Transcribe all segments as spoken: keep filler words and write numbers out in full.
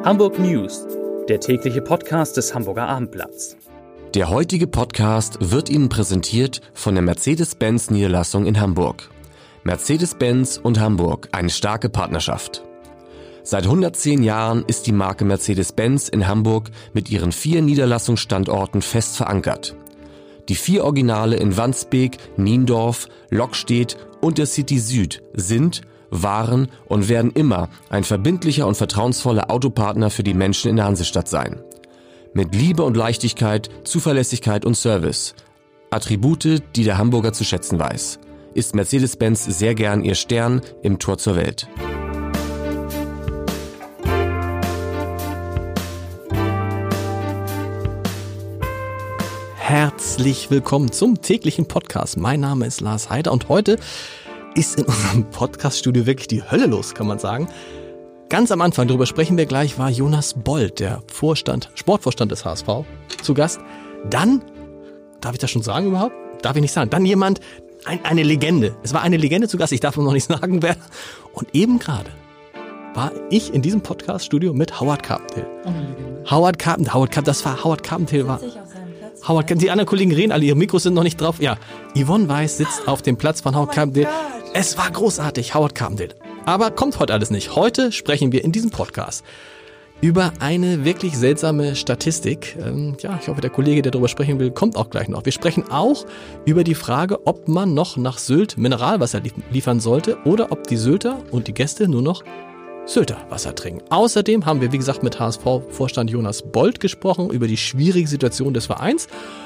Hamburg News, der tägliche Podcast des Hamburger Abendblatts. Der heutige Podcast wird Ihnen präsentiert von der Mercedes-Benz-Niederlassung in Hamburg. Mercedes-Benz und Hamburg, eine starke Partnerschaft. Seit hundertzehn Jahren ist die Marke Mercedes-Benz in Hamburg mit ihren vier Niederlassungsstandorten fest verankert. Die vier Originale in Wandsbek, Niendorf, Lockstedt und der City Süd sind, waren und werden immer ein verbindlicher und vertrauensvoller Autopartner für die Menschen in der Hansestadt sein. Mit Liebe und Leichtigkeit, Zuverlässigkeit und Service. Attribute, die der Hamburger zu schätzen weiß. Ist Mercedes-Benz sehr gern Ihr Stern im Tor zur Welt. Herzlich willkommen zum täglichen Podcast. Mein Name ist Lars Heider und heute ist in unserem Podcaststudio wirklich die Hölle los, kann man sagen. Ganz am Anfang, darüber sprechen wir gleich, war Jonas Bold, der Vorstand, Sportvorstand des H S V, zu Gast. Dann, darf ich das schon sagen überhaupt? Darf ich nicht sagen. Dann jemand, ein, eine Legende. Es war eine Legende zu Gast, ich darf noch nicht sagen, wer. Und eben gerade war ich in diesem Podcaststudio mit Howard Carpendale. Oh, eine Legende. Howard Carpendale, Howard Carpendale, das war Howard Carpendale. War, Howard, die anderen Kollegen reden alle, ihre Mikros sind noch nicht drauf. Ja, Yvonne Weiß sitzt auf dem Platz von Howard oh Carpendale. Es war großartig, Howard Carpendale. Aber kommt heute alles nicht. Heute sprechen wir in diesem Podcast über eine wirklich seltsame Statistik. Ähm, ja, ich hoffe, der Kollege, der darüber sprechen will, kommt auch gleich noch. Wir sprechen auch über die Frage, ob man noch nach Sylt Mineralwasser liefern sollte oder ob die Sylter und die Gäste nur noch Sylter Wasser trinken. Außerdem haben wir, wie gesagt, mit H S V-Vorstand Jonas Bold gesprochen über die schwierige Situation des Vereins.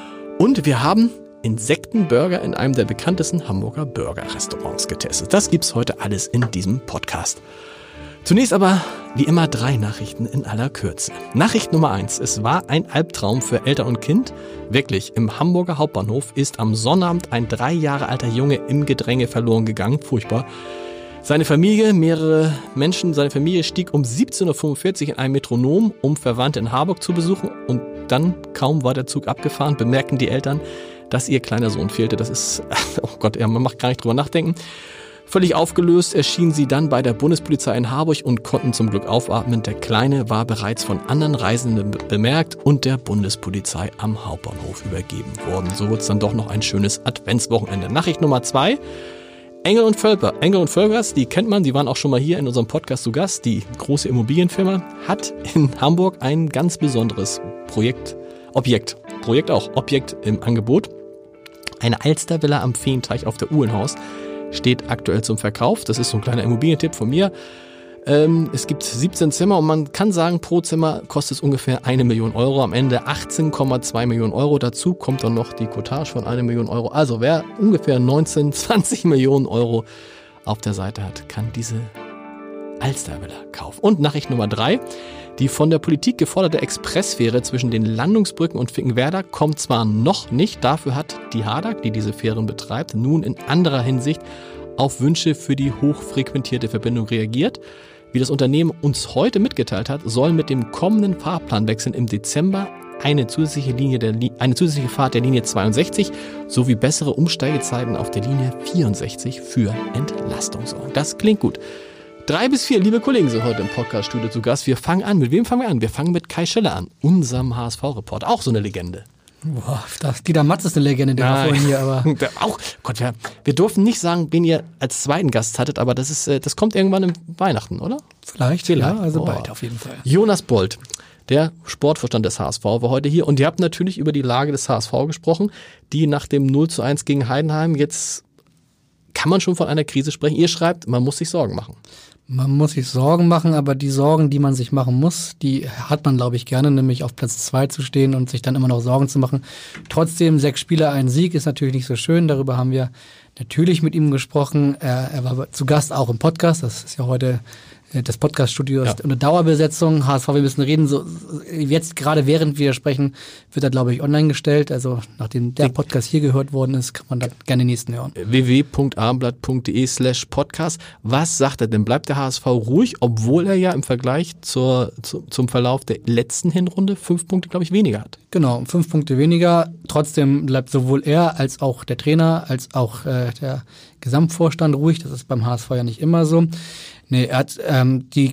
Und wir haben Insektenburger in einem der bekanntesten Hamburger Burger-Restaurants getestet. Das gibt's heute alles in diesem Podcast. Zunächst aber, wie immer, drei Nachrichten in aller Kürze. Nachricht Nummer eins. Es war ein Albtraum für Eltern und Kind. Wirklich, im Hamburger Hauptbahnhof ist am Sonnabend ein drei Jahre alter Junge im Gedränge verloren gegangen. Furchtbar. Seine Familie, mehrere Menschen, seine Familie stieg um siebzehn Uhr fünfundvierzig in ein Metronom, um Verwandte in Harburg zu besuchen. Und dann, kaum war der Zug abgefahren, bemerkten die Eltern, dass ihr kleiner Sohn fehlte. Das ist, oh Gott, ja, man macht gar nicht drüber nachdenken. Völlig aufgelöst erschienen sie dann bei der Bundespolizei in Harburg und konnten zum Glück aufatmen. Der Kleine war bereits von anderen Reisenden bemerkt und der Bundespolizei am Hauptbahnhof übergeben worden. So wird es dann doch noch ein schönes Adventswochenende. Nachricht Nummer zwei. Engel und Völker. Engel und Völkers, die kennt man, die waren auch schon mal hier in unserem Podcast zu Gast. Die große Immobilienfirma hat in Hamburg ein ganz besonderes Projekt, Objekt, Projekt auch, Objekt im Angebot. Eine Alstervilla am Feenteich auf der Uhlenhaus steht aktuell zum Verkauf. Das ist so ein kleiner Immobilientipp von mir. Ähm, es gibt siebzehn Zimmer und man kann sagen, pro Zimmer kostet es ungefähr eine Million Euro. Am Ende achtzehn Komma zwei Millionen Euro. Dazu kommt dann noch die Cottage von einer Million Euro. Also wer ungefähr neunzehn, zwanzig Millionen Euro auf der Seite hat, kann diese Alstervilla kaufen. Und Nachricht Nummer drei. Die von der Politik geforderte Expressfähre zwischen den Landungsbrücken und Finkenwerder kommt zwar noch nicht, dafür hat die Hadag, die diese Fähren betreibt, nun in anderer Hinsicht auf Wünsche für die hochfrequentierte Verbindung reagiert. Wie das Unternehmen uns heute mitgeteilt hat, soll mit dem kommenden Fahrplanwechsel im Dezember eine zusätzliche, Linie der, eine zusätzliche Fahrt der Linie zweiundsechzig sowie bessere Umsteigezeiten auf der Linie vierundsechzig für Entlastung sorgen. Das klingt gut. Drei bis vier liebe Kollegen sind heute im Podcaststudio zu Gast. Wir fangen an. Mit wem fangen wir an? Wir fangen mit Kai Scheller an, unserem H S V-Reporter. Auch so eine Legende. Boah, Dieter Matz ist eine Legende, der war vorhin hier, aber... auch, Gott, wir, wir durften nicht sagen, wen ihr als zweiten Gast hattet, aber das ist, das kommt irgendwann im Weihnachten, oder? Vielleicht, Vielleicht. Ja, also oh. bald auf jeden Fall. Jonas Bold, der Sportvorstand des H S V, war heute hier und ihr habt natürlich über die Lage des H S V gesprochen, die nach dem null zu eins gegen Heidenheim jetzt, kann man schon von einer Krise sprechen. Ihr schreibt, man muss sich Sorgen machen. Man muss sich Sorgen machen, aber die Sorgen, die man sich machen muss, die hat man, glaube ich, gerne, nämlich auf Platz zwei zu stehen und sich dann immer noch Sorgen zu machen. Trotzdem, sechs Spiele, ein Sieg ist natürlich nicht so schön. Darüber haben wir natürlich mit ihm gesprochen. Er, er war zu Gast auch im Podcast. Das ist ja heute das Podcaststudio ist ja. Eine Dauerbesetzung. H S V, wir müssen reden. So, jetzt gerade während wir sprechen, wird er, glaube ich, online gestellt. Also nachdem der Podcast hier gehört worden ist, kann man da gerne den nächsten hören. w w w punkt abendblatt.de slash podcast. Was sagt er denn? Bleibt der H S V ruhig, obwohl er ja im Vergleich zur, zu, zum Verlauf der letzten Hinrunde fünf Punkte, glaube ich, weniger hat? Genau, fünf Punkte weniger. Trotzdem bleibt sowohl er als auch der Trainer, als auch äh, der Gesamtvorstand ruhig. Das ist beim H S V ja nicht immer so. Nee, er hat ähm, die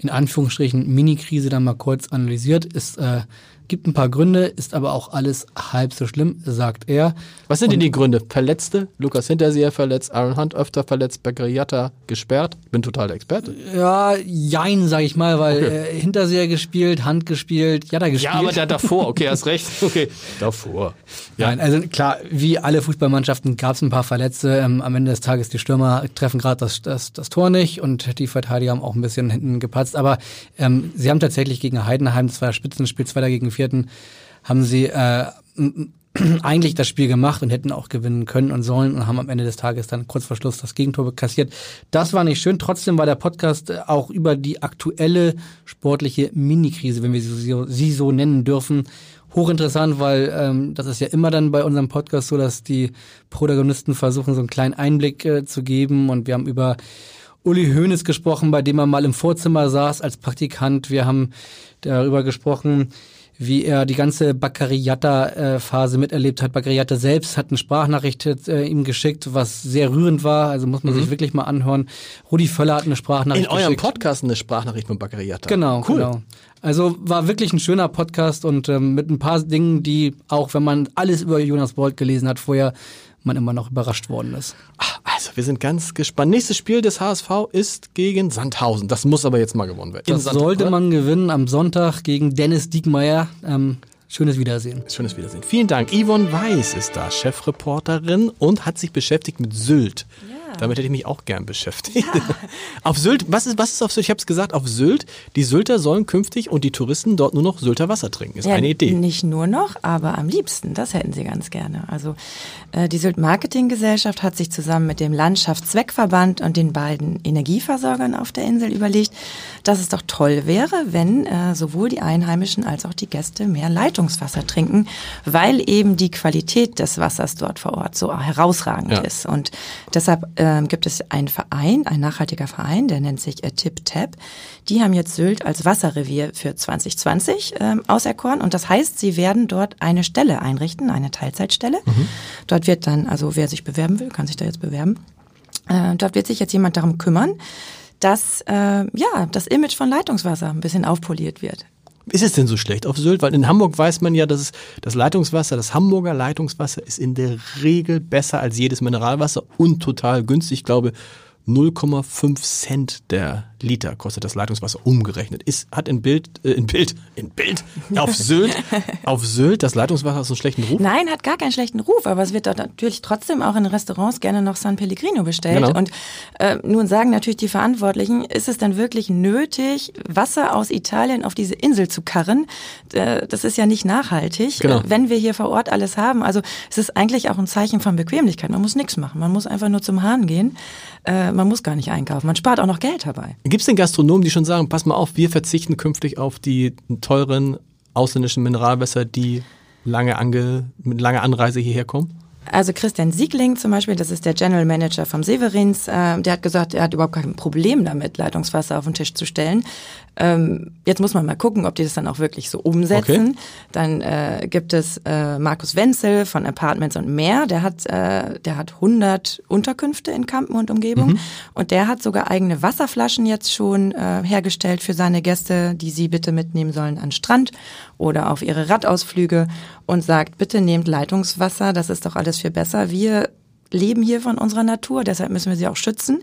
in Anführungsstrichen Mini-Krise dann mal kurz analysiert. Es äh, gibt ein paar Gründe, ist aber auch alles halb so schlimm, sagt er. Was sind denn die Gründe? Verletzte? Lukas Hinterseher verletzt, Aaron Hunt öfter verletzt, Beccaria gesperrt? Bin total der Experte. Ja, jein, sag ich mal, weil Okay. äh, Hinterseher gespielt, Hand gespielt, Jatta gespielt. Ja, aber der davor, okay, hast recht. Okay, davor. Ja. Nein, also klar, wie alle Fußballmannschaften gab es ein paar Verletzte. Ähm, am Ende des Tages, die Stürmer treffen gerade das, das, das Tor nicht und die Verteidiger haben auch ein bisschen hinten gepatzt. Aber ähm, sie haben tatsächlich gegen Heidenheim, das war das Spitzenspiel, Zweiter gegen Vierten, haben sie äh, eigentlich das Spiel gemacht und hätten auch gewinnen können und sollen und haben am Ende des Tages dann kurz vor Schluss das Gegentor kassiert. Das war nicht schön. Trotzdem war der Podcast auch über die aktuelle sportliche Minikrise, wenn wir sie so, sie so nennen dürfen, hochinteressant, weil ähm, das ist ja immer dann bei unserem Podcast so, dass die Protagonisten versuchen, so einen kleinen Einblick äh, zu geben und wir haben über Uli Hoeneß gesprochen, bei dem er mal im Vorzimmer saß als Praktikant. Wir haben darüber gesprochen, wie er die ganze Beccaria-Phase miterlebt hat. Beccaria selbst hat eine Sprachnachricht äh, ihm geschickt, was sehr rührend war. Also muss man mhm. sich wirklich mal anhören. Rudi Völler hat eine Sprachnachricht geschickt. In eurem Podcast eine Sprachnachricht von Beccaria. Genau, cool. Genau. Also war wirklich ein schöner Podcast und ähm, mit ein paar Dingen, die auch, wenn man alles über Jonas Bold gelesen hat vorher, man immer noch überrascht worden ist. Ach, also wir sind ganz gespannt. Nächstes Spiel des H S V ist gegen Sandhausen. Das muss aber jetzt mal gewonnen werden. Das sollte man gewinnen am Sonntag gegen Dennis Diekmeyer. Ähm, schönes Wiedersehen. Schönes Wiedersehen. Vielen Dank. Yvonne Weiß ist da, Chefreporterin und hat sich beschäftigt mit Sylt. Ja. Damit hätte ich mich auch gern beschäftigt. Ja. Auf Sylt, was ist, was ist auf Sylt? Ich habe es gesagt, auf Sylt, die Sylter sollen künftig und die Touristen dort nur noch Sylter Wasser trinken. Ist ja, eine Idee. Nicht nur noch, aber am liebsten. Das hätten sie ganz gerne. Also äh, die Sylt Marketing Gesellschaft hat sich zusammen mit dem Landschaftszweckverband und den beiden Energieversorgern auf der Insel überlegt, dass es doch toll wäre, wenn äh, sowohl die Einheimischen als auch die Gäste mehr Leitungswasser trinken, weil eben die Qualität des Wassers dort vor Ort so herausragend ja. ist. Und deshalb ähm, gibt es einen Verein, ein nachhaltiger Verein, der nennt sich äh, Tip Tap. Die haben jetzt Sylt als Wasserrevier für zwanzig zwanzig ähm, auserkoren und das heißt, sie werden dort eine Stelle einrichten, eine Teilzeitstelle. Mhm. Dort wird dann, also wer sich bewerben will, kann sich da jetzt bewerben. Äh, dort wird sich jetzt jemand darum kümmern, dass äh, ja das Image von Leitungswasser ein bisschen aufpoliert wird. Ist es denn so schlecht auf Sylt? Weil in Hamburg weiß man ja, dass es, das Leitungswasser, das Hamburger Leitungswasser ist in der Regel besser als jedes Mineralwasser und total günstig. Ich glaube, null Komma fünf Cent der Liter kostet das Leitungswasser umgerechnet. Ist, hat in Bild, äh, in Bild, in Bild, auf Sylt, auf Sylt das Leitungswasser so einen schlechten Ruf? Nein, hat gar keinen schlechten Ruf, aber es wird dort natürlich trotzdem auch in Restaurants gerne noch San Pellegrino bestellt. Genau. Und äh, nun sagen natürlich die Verantwortlichen, ist es dann wirklich nötig, Wasser aus Italien auf diese Insel zu karren? Äh, das ist ja nicht nachhaltig, genau. äh, wenn wir hier vor Ort alles haben. Also es ist eigentlich auch ein Zeichen von Bequemlichkeit. Man muss nichts machen, man muss einfach nur zum Hahn gehen. Äh, man muss gar nicht einkaufen, man spart auch noch Geld dabei. Gibt es denn Gastronomen, die schon sagen, pass mal auf, wir verzichten künftig auf die teuren ausländischen Mineralwässer, die lange ange, mit langer Anreise hierher kommen? Also Christian Siegling zum Beispiel, das ist der General Manager vom Severins, äh, der hat gesagt, er hat überhaupt kein Problem damit, Leitungswasser auf den Tisch zu stellen. Ähm, jetzt muss man mal gucken, ob die das dann auch wirklich so umsetzen. Okay. Dann äh, gibt es äh, Markus Wenzel von Apartments und mehr, der hat äh, der hat hundert Unterkünfte in Kampen und Umgebung mhm. und der hat sogar eigene Wasserflaschen jetzt schon äh, hergestellt für seine Gäste, die sie bitte mitnehmen sollen an den Strand oder auf ihre Radausflüge und sagt, bitte nehmt Leitungswasser, das ist doch alles viel besser. Wir leben hier von unserer Natur, deshalb müssen wir sie auch schützen.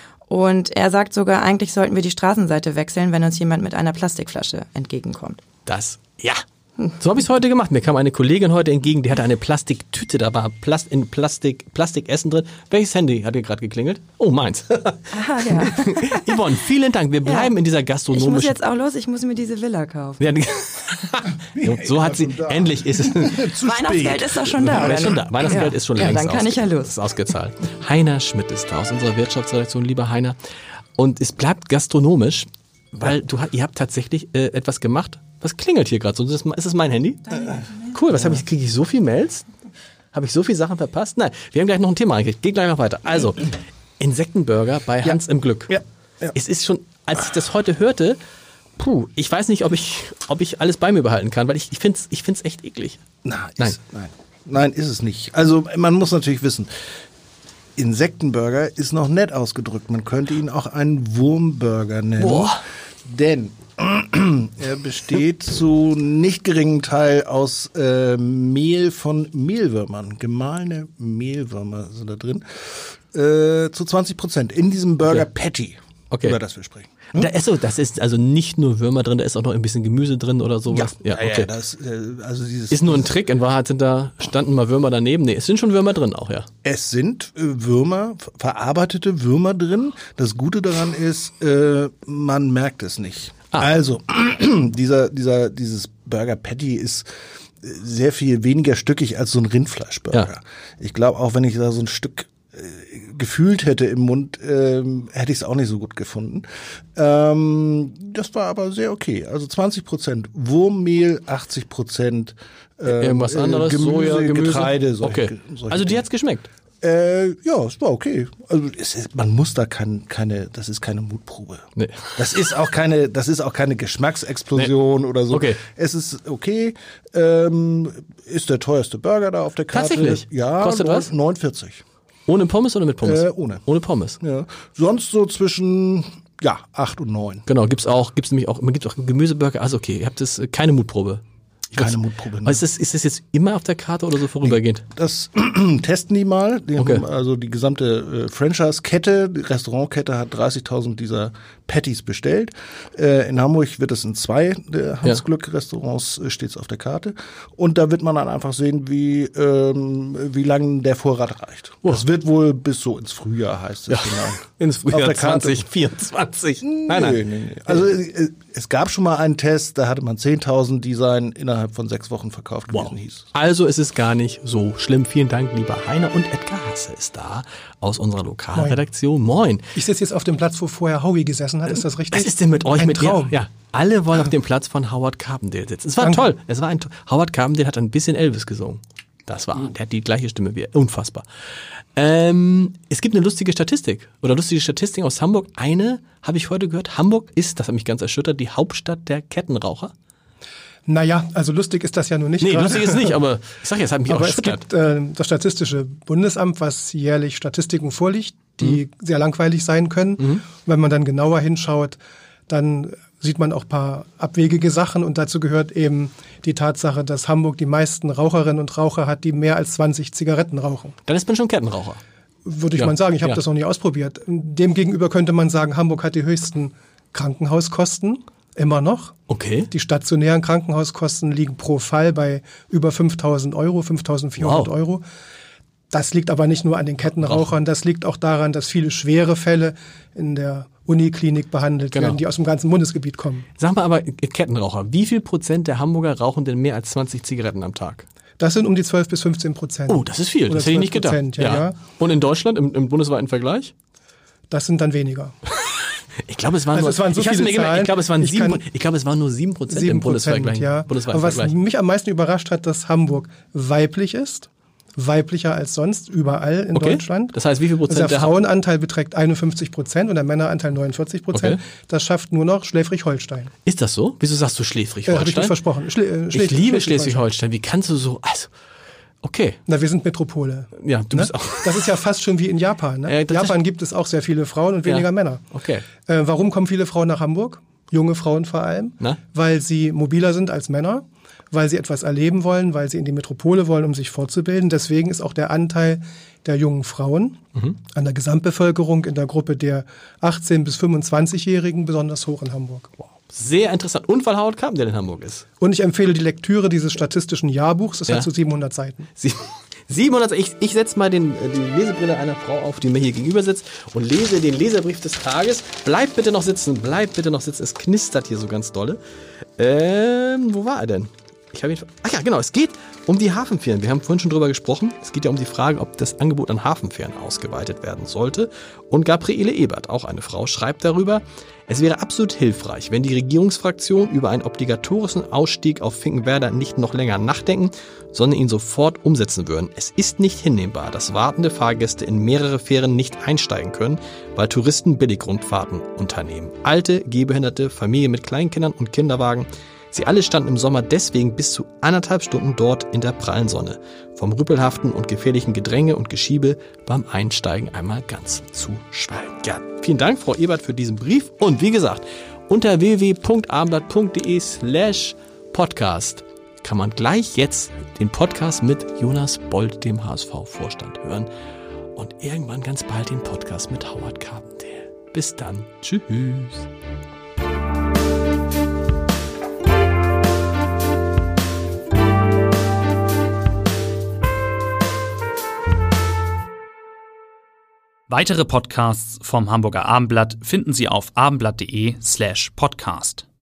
Und er sagt sogar, eigentlich sollten wir die Straßenseite wechseln, wenn uns jemand mit einer Plastikflasche entgegenkommt. Das, ja. So habe ich es heute gemacht. Mir kam eine Kollegin heute entgegen, die hatte eine Plastiktüte, da war Plast in Plastik, Plastikessen drin. Welches Handy hat hier gerade geklingelt? Oh, meins. Aha, ja. Yvonne, vielen Dank. Wir bleiben ja. in dieser gastronomischen... Ich muss jetzt auch los, ich muss mir diese Villa kaufen. Ja, so hat sie, endlich ist es... Weihnachtsgeld ist doch schon da. Ist schon da. Weihnachtsgeld ja. ist schon ja, längst dann kann ich ja los. Ist ausgezahlt. Heiner Schmidt ist da aus unserer Wirtschaftsredaktion, lieber Heiner. Und es bleibt gastronomisch, weil du, ihr habt tatsächlich äh, etwas gemacht. Was klingelt hier gerade so? Ist das mein Handy? Cool, was habe ich? Kriege ich so viel Mails? Habe ich so viele Sachen verpasst? Nein, wir haben gleich noch ein Thema eigentlich. Geht gleich noch weiter. Also, Insektenburger bei Hans ja. im Glück. Ja. Ja. Es ist schon, als ich das heute hörte, puh, ich weiß nicht, ob ich, ob ich alles bei mir behalten kann, weil ich, ich finde es ich find's echt eklig. Na, ist, nein. nein. Nein, ist es nicht. Also, man muss natürlich wissen, Insektenburger ist noch nett ausgedrückt. Man könnte ihn auch einen Wurmburger nennen. Boah. denn er besteht zu nicht geringem Teil aus äh, Mehl von Mehlwürmern. Gemahlene Mehlwürmer sind da drin. Äh, zu zwanzig Prozent in diesem Burger Okay. Patty, Okay. über das wir sprechen. Hm? Da ist so, das ist also nicht nur Würmer drin, da ist auch noch ein bisschen Gemüse drin oder sowas. ja, okay. ja, das, äh, also dieses Ist nur ein Trick, in Wahrheit sind da, standen mal Würmer daneben. Nee, es sind schon Würmer drin auch, ja. Es sind äh, Würmer, ver- verarbeitete Würmer drin. Das Gute daran ist, äh, man merkt es nicht. Ah. Also, dieser, dieser, dieses Burger Patty ist äh, sehr viel weniger stückig als so ein Rindfleischburger. Ja. Ich glaube, auch wenn ich da so ein Stück äh, gefühlt hätte im Mund, ähm, hätte ich es auch nicht so gut gefunden. Ähm, das war aber sehr okay. Also zwanzig Prozent Wurmmehl, achtzig Prozent ähm, Irgendwas anderes, äh, Gemüse, Soja, Gemüse. Getreide. Solche, Okay. solche Also dir Dinge. hat's geschmeckt. Äh, ja, es war okay. Also es ist, man muss da kein, keine, das ist keine Mutprobe. Nee. Das ist auch keine, das ist auch keine Geschmacksexplosion oder so. Okay. Es ist okay. Ähm, ist der teuerste Burger da auf der Karte? Tatsächlich? Ja. Kostet neun- was? neunundvierzig. Ohne Pommes oder mit Pommes? Äh, ohne. Ohne Pommes. Ja. Sonst so zwischen ja acht und neun. Genau, gibt's auch, gibt's nämlich auch, man gibt auch Gemüseburger. Also okay, ihr habt das äh, keine Mutprobe. Ich Keine weiß- Mutprobe, ne. Aber ist das, ist das jetzt immer auf der Karte oder so vorübergehend? Das testen die mal. Die Okay. haben also die gesamte äh, Franchise-Kette, die Restaurantkette hat dreißigtausend dieser Patties bestellt. Äh, in Hamburg wird es in zwei der Hans Glück Restaurants äh, steht's auf der Karte. Und da wird man dann einfach sehen, wie ähm, wie lange der Vorrat reicht. Oh. Das wird wohl bis so ins Frühjahr, heißt es. Genau. Ins Auf Frühjahr der Karte. zwanzig vierundzwanzig. Nein, Nee, nein. nee, nee. Also äh, es gab schon mal einen Test, da hatte man zehntausend, die seien innerhalb von sechs Wochen verkauft Wow. gewesen, hieß es. Also es ist gar nicht so schlimm. Vielen Dank, lieber Heiner. Und Edgar Hasse ist da aus unserer Lokalredaktion. Moin. Ich sitze jetzt auf dem Platz, wo vorher Howie gesessen hat. Ist das richtig? Was ist denn mit euch? Ein mit Traum. Ihr? Ja, alle wollen auf dem Platz von Howard Carpendale sitzen. Es war Danke. toll. Es war ein to- Howard Carpendale hat ein bisschen Elvis gesungen. Das war, der hat die gleiche Stimme wie er. Unfassbar. Ähm, es gibt eine lustige Statistik oder lustige Statistik aus Hamburg. Eine habe ich heute gehört. Hamburg ist, das hat mich ganz erschüttert, die Hauptstadt der Kettenraucher. Naja, also lustig ist das ja nur nicht. Nee, gerade. lustig ist nicht, aber ich sag ja, es hat mich auch Aber es erschüttert. gibt äh, das Statistische Bundesamt, was jährlich Statistiken vorliegt, die Mhm. sehr langweilig sein können. Mhm. Wenn man dann genauer hinschaut, dann sieht man auch ein paar abwegige Sachen und dazu gehört eben die Tatsache, dass Hamburg die meisten Raucherinnen und Raucher hat, die mehr als zwanzig Zigaretten rauchen. Dann ist man schon Kettenraucher. Würde ich Ja, mal sagen, ich habe ja. das noch nie ausprobiert. Demgegenüber könnte man sagen, Hamburg hat die höchsten Krankenhauskosten, immer noch. Okay. Die stationären Krankenhauskosten liegen pro Fall bei über fünftausend Euro, fünftausendvierhundert Wow. Euro. Das liegt aber nicht nur an den Kettenrauchern, das liegt auch daran, dass viele schwere Fälle in der Uniklinik behandelt Genau. werden, die aus dem ganzen Bundesgebiet kommen. Sag mal aber, Kettenraucher, wie viel Prozent der Hamburger rauchen denn mehr als zwanzig Zigaretten am Tag? Das sind um die zwölf bis fünfzehn Prozent. Oh, das ist viel. Oder Das hätte ich nicht gedacht. zwölf Prozent, ja, ja. Und in Deutschland, im, im bundesweiten Vergleich? Das sind dann weniger. Ich glaube, es waren Also nur, es waren so ich hab's viele mir gemerkt, Zahlen. ich glaube, es waren Ich sieben, kann- ich glaube, es waren nur sieben Prozent im Sieben Bundesvergleich. Prozent, ja. Bundesweiten Aber was Vergleich. mich am meisten überrascht hat, dass Hamburg weiblich ist. Weiblicher als sonst überall in Okay. Deutschland. Das heißt, wie viel Prozent Also der der Frauenanteil beträgt einundfünfzig Prozent und der Männeranteil neunundvierzig Prozent. Okay. Das schafft nur noch Schleswig-Holstein. Ist das so? Wieso sagst du Äh, Habe ich Schleswig-Holstein? nicht versprochen. Schle äh, ich Schleswig- liebe Schleswig-Holstein. Wie kannst du so, also, okay. Na, wir sind Metropole. Ja, du Ne? bist auch, Das ist ja fast schon wie in Japan. Ne? Ja, In das ist- Japan gibt es auch sehr viele Frauen und weniger Ja. Männer. okay. Äh, warum kommen viele Frauen nach Hamburg? Junge Frauen vor allem. Na? Weil sie mobiler sind als Männer, weil sie etwas erleben wollen, weil sie in die Metropole wollen, um sich fortzubilden. Deswegen ist auch der Anteil der jungen Frauen Mhm. an der Gesamtbevölkerung in der Gruppe der achtzehn- bis fünfundzwanzigjährigen besonders hoch in Hamburg. Sehr interessant. Und weil Howard Carpendale in Hamburg ist. Und ich empfehle die Lektüre dieses statistischen Jahrbuchs. Das Ja. hat so siebenhundert Seiten. Sie- siebenhundert, ich, ich setze mal den, äh, die Lesebrille einer Frau auf, die mir hier gegenüber sitzt und lese den Leserbrief des Tages. Bleibt bitte noch sitzen, bleibt bitte noch sitzen. Es knistert hier so ganz dolle. Ähm, wo war er denn? Ich habe ihn. Ach ja, genau. Es geht um die Hafenfähren. Wir haben vorhin schon drüber gesprochen. Es geht ja um die Frage, ob das Angebot an Hafenfähren ausgeweitet werden sollte. Und Gabriele Ebert, auch eine Frau, schreibt darüber: Es wäre absolut hilfreich, wenn die Regierungsfraktion über einen obligatorischen Ausstieg auf Finkenwerder nicht noch länger nachdenken, sondern ihn sofort umsetzen würden. Es ist nicht hinnehmbar, dass wartende Fahrgäste in mehrere Fähren nicht einsteigen können, weil Touristen Billigrundfahrten unternehmen. Alte, Gehbehinderte, Familien mit Kleinkindern und Kinderwagen. Sie alle standen im Sommer deswegen bis zu anderthalb Stunden dort in der prallen Sonne. Vom rüpelhaften und gefährlichen Gedränge und Geschiebe beim Einsteigen einmal ganz zu schweigen. Ja, vielen Dank, Frau Ebert, für diesen Brief. Und wie gesagt, Unter w w w punkt abendblatt punkt de slash podcast kann man gleich jetzt den Podcast mit Jonas Bold, dem H S V-Vorstand, hören. Und irgendwann ganz bald den Podcast mit Howard Carpendale. Bis dann. Tschüss. Weitere Podcasts vom Hamburger Abendblatt finden Sie auf abendblatt punkt de slash podcast.